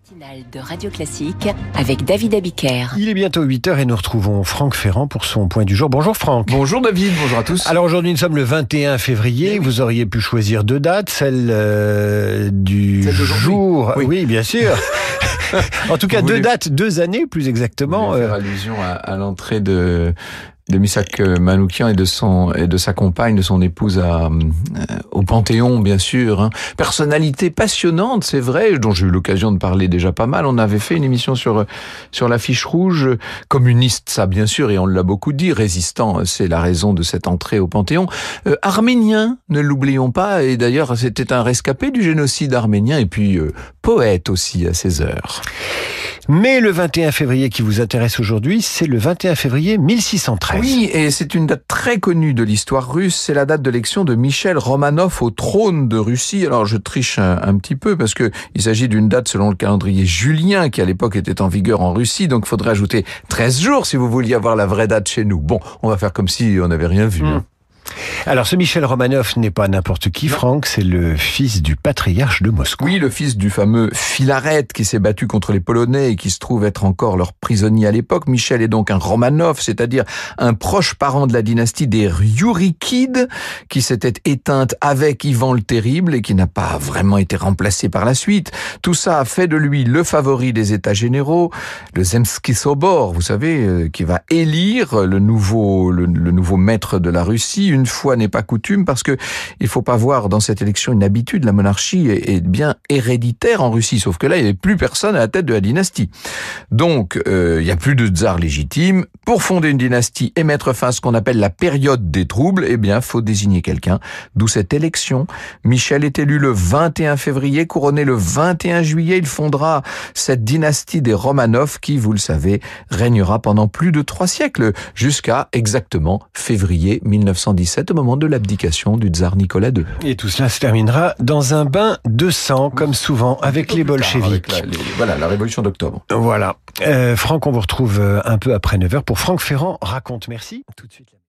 Matinale de Radio Classique avec David Abiker. Il est bientôt 8h et nous retrouvons Franck Ferrand pour son point du jour. Bonjour Franck. Bonjour David, bonjour à tous. Alors aujourd'hui nous sommes le 21 février, vous auriez pu choisir deux dates, celle du jour. Oui, bien sûr. En tout cas deux dates, 2 années plus exactement. Vous voulez faire allusion à l'entrée de Missak Manoukian et de sa compagne, de son épouse au Panthéon, bien sûr. Hein. Personnalité passionnante, c'est vrai, dont j'ai eu l'occasion de parler déjà pas mal. On avait fait une émission sur l'affiche rouge. Communiste, ça bien sûr, et on l'a beaucoup dit. Résistant, c'est la raison de cette entrée au Panthéon. Arménien, ne l'oublions pas. Et d'ailleurs, c'était un rescapé du génocide arménien. Et puis, poète aussi à ses heures. Mais le 21 février qui vous intéresse aujourd'hui, c'est le 21 février 1613. Oui, et c'est une date très connue de l'histoire russe. C'est la date d'élection de Michel Romanov au trône de Russie. Alors je triche un petit peu parce que il s'agit d'une date selon le calendrier julien qui à l'époque était en vigueur en Russie. Donc il faudrait ajouter 13 jours si vous vouliez avoir la vraie date chez nous. Bon, on va faire comme si on n'avait rien vu. Hein. Alors ce Michel Romanov n'est pas n'importe qui, Franck, c'est le fils du patriarche de Moscou. Oui, le fils du fameux Philaret qui s'est battu contre les Polonais et qui se trouve être encore leur prisonnier à l'époque. Michel est donc un Romanov, c'est-à-dire un proche parent de la dynastie des Rurikides qui s'était éteinte avec Ivan le Terrible et qui n'a pas vraiment été remplacé par la suite. Tout ça a fait de lui le favori des États généraux, le Zemski Sobor, vous savez, qui va élire le nouveau maître de la Russie. Une fois n'est pas coutume parce que il faut pas voir dans cette élection une habitude. La monarchie est bien héréditaire en Russie, sauf que là, il n'y avait plus personne à la tête de la dynastie. Donc, il n'y a plus de tsar légitime. Pour fonder une dynastie et mettre fin à ce qu'on appelle la période des troubles, eh bien, faut désigner quelqu'un. D'où cette élection. Michel est élu le 21 février, couronné le 21 juillet. Il fondera cette dynastie des Romanov qui, vous le savez, régnera pendant plus de 3 siècles, jusqu'à exactement février 1917, au moment de l'abdication du tsar Nicolas II. Et tout cela se terminera dans un bain de sang, comme souvent, avec les bolcheviks. Voilà, la révolution d'octobre. Voilà. Franck, on vous retrouve un peu après 9h pour Franck Ferrand raconte. Merci. Tout de suite.